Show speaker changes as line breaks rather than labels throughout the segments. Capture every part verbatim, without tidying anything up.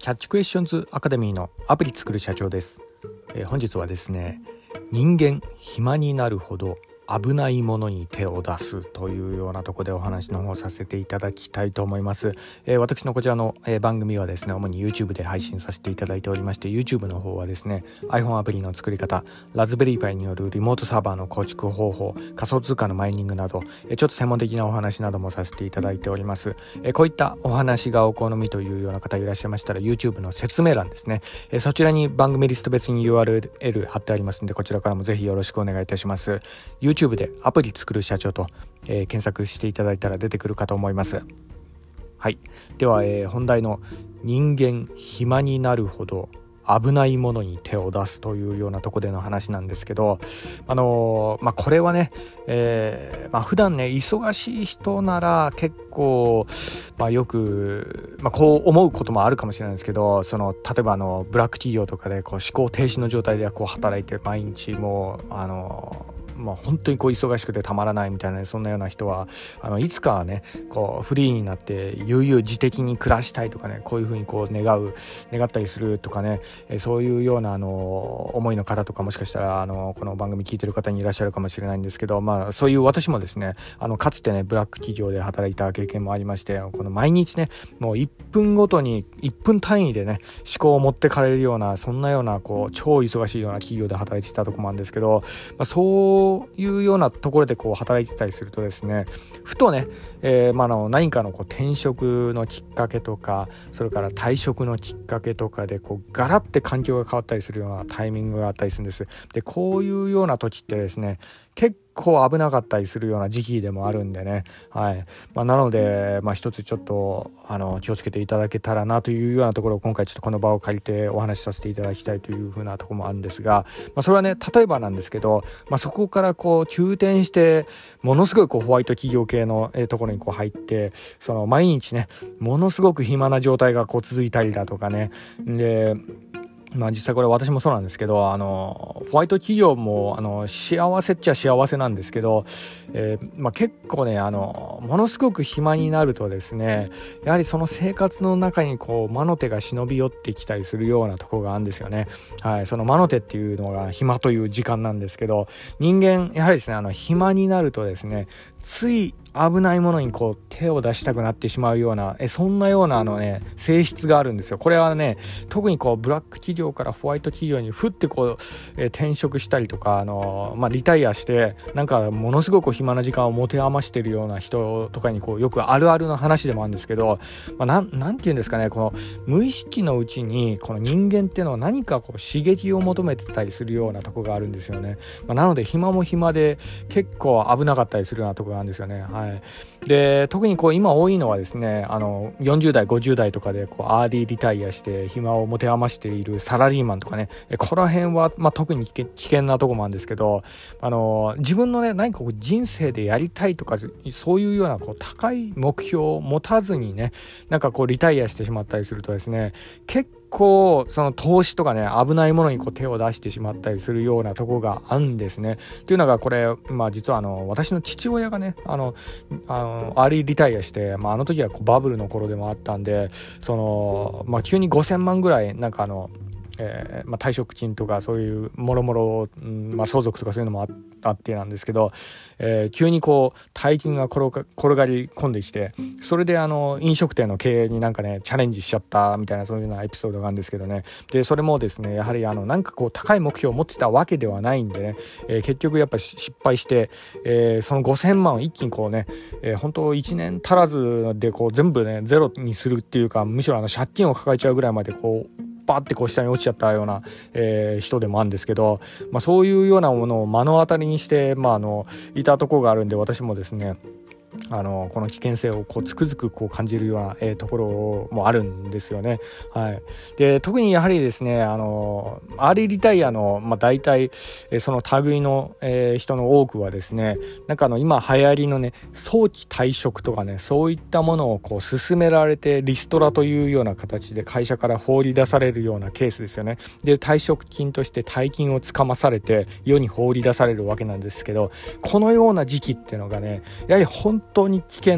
キャッチクエスチョンズアカデミーのアプリ作る社長です。えー、本日はですね、人間暇になるほど危ないものに手を出すというようなところでお話の方させていただきたいと思います。えー、私のこちらの、えー、番組はですね、主に YouTube で配信させていただいておりまして、 YouTube の方はですね iPhone アプリの作り方、ラズベリーパイによるリモートサーバーの構築方法、仮想通貨のマイニングなど、えー、ちょっと専門的なお話などもさせていただいております。えー、こういったお話がお好みというような方いらっしゃいましたら、 YouTube の説明欄ですね、えー、そちらに番組リスト別に ユーアールエル 貼ってありますので、こちらからもぜひよろしくお願いいたします。 YouTube でアプリ作る社長と、えー、検索していただいたら出てくるかと思います。はい、では、えー、本題の人間暇になるほど危ないものに手を出すというようなところでの話なんですけど、あのーまあ、これはね、えーまあ、普段ね忙しい人なら結構、まあ、よく、まあ、こう思うこともあるかもしれないですけど、その例えばあのブラック企業とかでこう思考停止の状態でこう働いて毎日もうあのーまあ、本当にこう忙しくてたまらないみたいな、そんなような人はあのいつかはねこうフリーになって悠々自適に暮らしたいとかね、こういうふうにこう願う願ったりするとかね、えそういうようなあの思いの方とかもしかしたらあのこの番組聞いてる方にいらっしゃるかもしれないんですけど、まあそういう私もですね、あのかつてねブラック企業で働いた経験もありまして、この毎日ねもういっぷんごとにいっぷん単位でね思考を持ってかれるような、そんなようなこう超忙しいような企業で働いてたところもあるんですけど、まあ、そうそういうようなところでこう働いてたりするとですね、ふとね、えーまあ、の何かのこう転職のきっかけとか、それから退職のきっかけとかでこうガラッて環境が変わったりするようなタイミングがあったりするんです。でこういうような時ってですね、結構危なかったりするような時期でもあるんでね、はいまあ、なので、まあ、一つちょっとあの気をつけていただけたらなというようなところを今回ちょっとこの場を借りてお話しさせていただきたいというふうなところもあるんですが、まあ、それはね例えばなんですけど、まあ、そこからこう急転してものすごいこうホワイト企業系のところにこう入って、その毎日ねものすごく暇な状態がこう続いたりだとかね、でまあ実際これ私もそうなんですけど、あのホワイト企業もあの幸せっちゃ幸せなんですけど、えーまあ、結構ねあのものすごく暇になるとですね、やはりその生活の中にこう魔の手が忍び寄ってきたりするようなところがあるんですよね。はい、その魔の手っていうのが暇という時間なんですけど、人間やはりですねあの暇になるとですね、つい危ないものにこう手を出したくなってしまうような、えそんなようなあのね性質があるんですよ。これはね特にこうブラック企業からホワイト企業にふってこう、えー、転職したりとか、あのー、まあリタイアしてなんかものすごく暇な時間を持て余してるような人とかにこうよくあるあるの話でもあるんですけど、まあ、なん、なんていうんですかね、この無意識のうちにこの人間っていうのは何かこう刺激を求めてたりするようなとこがあるんですよね。まあ、なので暇も暇で結構危なかったりするようなとこがあるんですよね。はい、で特にこう今多いのはですね、あのよんじゅう代ごじゅう代とかでこうアーリーリタイアして暇を持て余しているサラリーマンとかね、ここら辺は、まあ、特に危険なとこもあるんですけど、あの自分のね何かこう人生でやりたいとかそういうようなこう高い目標を持たずにね、なんかこうリタイアしてしまったりするとですね、結構こうその投資とかね危ないものにこう手を出してしまったりするようなところがあるんですね。というのがこれ、まあ、実はあの私の父親がねあのあのアーリーリタイアして、まあ、あの時はこうバブルの頃でもあったんで、その、まあ、急にごせんまんぐらいなんかあのえーまあ、退職金とかそういうもろもろ、まあ、相続とかそういうのもああってなんですけど、えー、急にこう大金が転が、転がり込んできて、それであの飲食店の経営になんかねチャレンジしちゃったみたいなそういうようなエピソードがあるんですけどね。でそれもですねやはりあのなんかこう高い目標を持ってたわけではないんでね、えー、結局やっぱ失敗して、えー、そのごせんまんを一気にこうね、えー、本当いちねん足らずでこう全部ねゼロにするっていうか、むしろあの借金を抱えちゃうぐらいまでこうバーってこう下に落ちちゃったような、えー、人でもあるんですけど、まあ、そういうようなものを目の当たりにして、まあ、あのいたところがあるんで、私もですねあのこの危険性をこうつくづくこう感じるような、えー、ところもあるんですよね。はい、で特にやはりですねあのアーリーリタイアの、まあ、大体、えー、その類の、えー、人の多くはですね、なんかあの今流行りのね早期退職とかね、そういったものをこう勧められてリストラというような形で会社から放り出されるようなケースですよね。で退職金として大金をつかまされて世に放り出されるわけなんですけど、このような時期っていうのがねやはり本本当に危険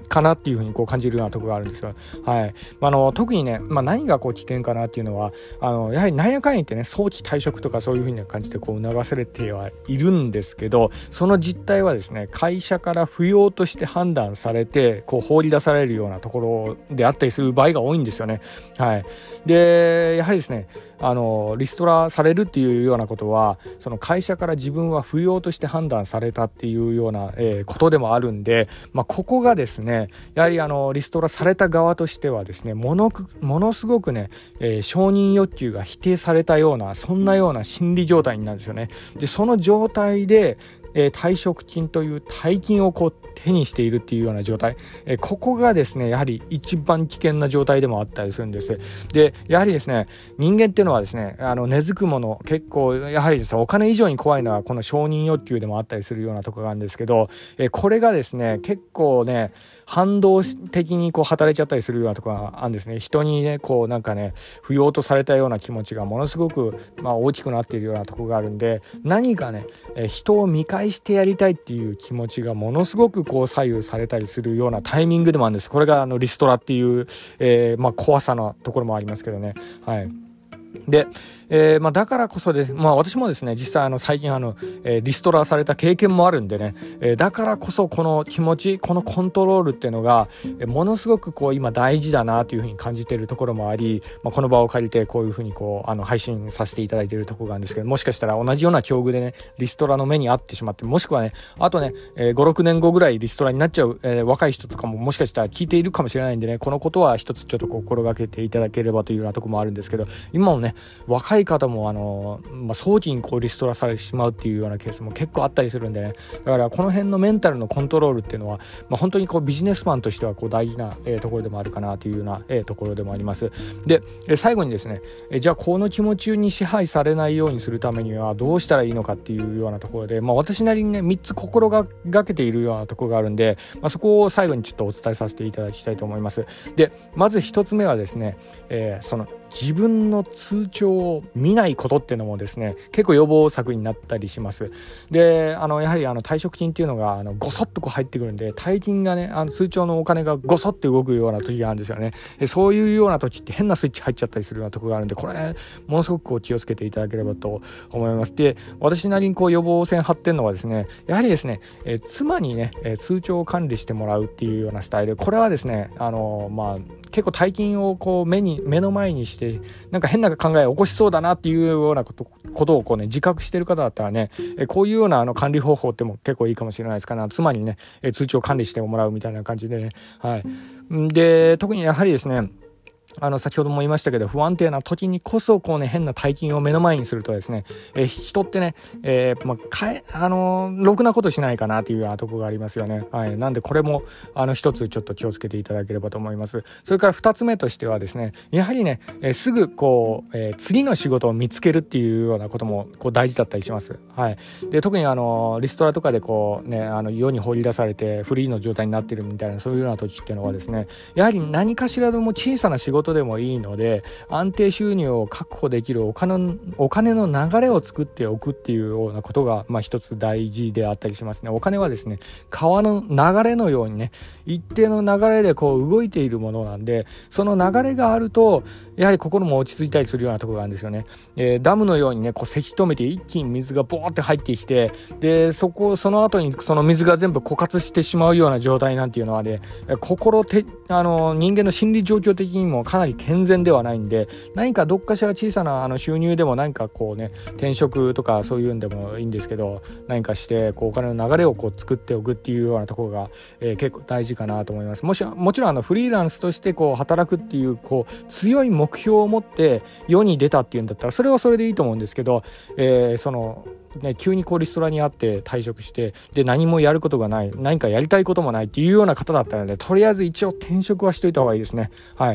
かなっていうふうにこう感じるようなところがあるんですよ。はい。あの特にね、まあ、何がこう危険かなっていうのは、あのやはりなんやかんや言ってね、早期退職とかそういうふうな感じでこう促されてはいるんですけど、その実態はですね、会社から不要として判断されてこう放り出されるようなところであったりする場合が多いんですよね。はい。でやはりですね、あのリストラされるっていうようなことは、その会社から自分は不要として判断されたっていうような、えー、ことでもあるんで、まあ、ここがですね、やはりあのリストラされた側としてはですね、ものくものすごくね、えー、承認欲求が否定されたような、そんなような心理状態になるんですよね。でその状態でえー、退職金という大金をこう手にしているっていうような状態、えー、ここがですねやはり一番危険な状態でもあったりするんです。でやはりですね、人間っていうのはですね、あの根付くもの、結構やはりですね、お金以上に怖いのはこの承認欲求でもあったりするようなところがあるんですけど、えー、これがですね結構ね反動的にこう働いちゃったりするようなところがあるんですね。人にねこうなんかね不要とされたような気持ちがものすごく、まあ、大きくなっているようなところがあるんで、何かね、えー、人を見返してやりたいっていう気持ちがものすごくこう左右されたりするようなタイミングでもあるんです。これがあのリストラっていう、えーまあ、怖さのところもありますけどね。はい。で、えーまあ、だからこそです、まあ、私もですね実際あの最近あの、えー、リストラされた経験もあるんでね、えー、だからこそこの気持ち、このコントロールっていうのが、えー、ものすごくこう今大事だなというふうに感じているところもあり、まあ、この場を借りてこういうふうにこうあの配信させていただいているところがあるんですけど、もしかしたら同じような境遇でねリストラの目に遭ってしまって、もしくはねあとね、えー、ごろくねんごぐらいリストラになっちゃう、えー、若い人とかももしかしたら聞いているかもしれないんでね、このことは一つちょっと心がけていただければというようなところもあるんですけど、今もね若い方もあの、まあ、早期にこうリストラされてしまうっていうようなケースも結構あったりするんでね、だからこの辺のメンタルのコントロールっていうのは、まあ、本当にこうビジネスマンとしてはこう大事な、えー、ところでもあるかなというような、えー、ところでもあります。で、えー、最後にですね、えー、じゃあこの気持ちに支配されないようにするためにはどうしたらいいのかっていうようなところで、まあ、私なりにねみっつ心がけているようなところがあるんで、まあ、そこを最後にちょっとお伝えさせていただきたいと思います。でまずひとつめはですね、えー、その自分の通帳を見ないことっていうのもですね結構予防策になったりします。であのやはりあの退職金っていうのがあのごそっとこう入ってくるんで、大金がねあの通帳のお金がごそって動くような時があるんですよね。でそういうような時って変なスイッチ入っちゃったりするようなところがあるんで、これ、ね、ものすごくこう気をつけていただければと思います。で私なりにこう予防線張ってるのはですね、やはりですね、えー、妻にね、えー、通帳を管理してもらうっていうようなスタイル、これはですねあのまあ結構大金をこう目に目の前にしてなんか変な考えを起こしそうだなっていうようなことことをこうね自覚している方だったらね、えこういうようなあの管理方法っても結構いいかもしれないですから、妻にねえ通帳を管理してもらうみたいな感じでね、はい。で特にやはりですね、あの先ほども言いましたけど、不安定な時にこそこうね変な大金を目の前にするとですね、えー、人ってね、えー、まあかえあのー、ろくなことしないかなというようなところがありますよね。はい。なんでこれもあの一つちょっと気をつけていただければと思います。それから二つ目としてはですね、やはりね、えー、すぐこう、えー、次の仕事を見つけるっていうようなこともこう大事だったりします。はい。で特にあのー、リストラとかでこうねあの世に放り出されてフリーの状態になっているみたいなそういうような時っていうのはですね、やはり何かしらでも小さな仕事でもいいので安定収入を確保できるお金、お金の流れを作っておくっていうようなことがまあ一つ大事であったりしますね。お金はですね川の流れのようにね一定の流れでこう動いているものなんで、その流れがあるとやはり心も落ち着いたりするようなところがあるんですよね。えー、ダムのようにねこうせき止めて一気に水がボーって入ってきて、でそこその後にその水が全部枯渇してしまうような状態なんていうのはね、心てあの人間の心理状況的にもかなり健全ではないんで、何かどっかしら小さなあの収入でも何かこうね転職とかそういうんでもいいんですけど、何かしてこうお金の流れをこう作っておくっていうようなところが、えー、結構大事かなと思います。もしもちろんあのフリーランスとしてこう働くっていうこう強い目標を持って世に出たっていうんだったらそれはそれでいいと思うんですけど、えー、そのね、急にこうリストラにあって退職してで何もやることがない、何かやりたいこともないっていうような方だったので、とりあえず一応転職はしといた方がいいですね。はい。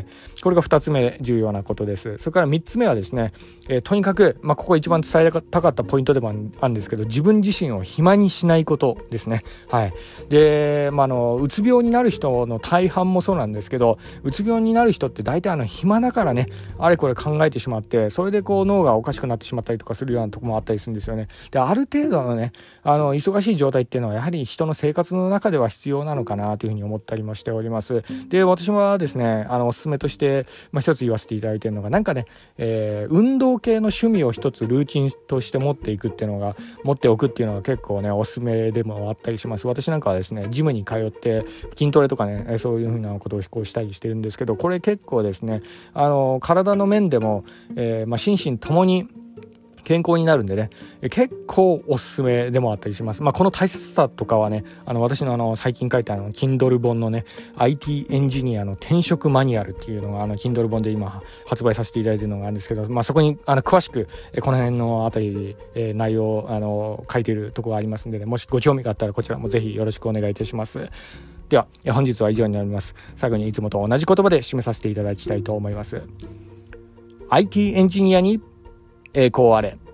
これがふたつめ重要なことです。それからみっつめはですね、えー、とにかく、まあ、ここ一番伝えたかったポイントでもあるんですけど、自分自身を暇にしないことですね。はい。で、まあ、あのうつ病になる人の大半もそうなんですけど、うつ病になる人って大体あの暇だからね、あれこれ考えてしまって、それでこう脳がおかしくなってしまったりとかするようなところもあったりするんですよね。で、ある程度のね、あの忙しい状態っていうのはやはり人の生活の中では必要なのかなというふうに思ったりもしております。で、私はですね、あのおすすめとして、まあ、一つ言わせていただいているのが、なんかね、えー、運動系の趣味を一つルーチンとして持っていくっていうのが持っておくっていうのが結構ねおすすめでもあったりします。私なんかはですね、ジムに通って筋トレとかね、そういうふうなことをこうしたりしてるんですけど、これ結構ですね、あの体の面でも、えーまあ、心身ともに健康になるんでね、結構おすすめでもあったりします。まあ、この大切さとかはね、あの私のあの最近書いたあの Kindle 本のね アイティー エンジニアの転職マニュアルっていうのがあの Kindle 本で今発売させていただいているのがあるんですけど、まあ、そこにあの詳しくこの辺のあたり、えー、内容をあの書いているところがありますんでね、もしご興味があったらこちらもぜひよろしくお願いいたします。では本日は以上になります。最後にいつもと同じ言葉で締めさせていただきたいと思います。アイティー エンジニアに栄光あれ。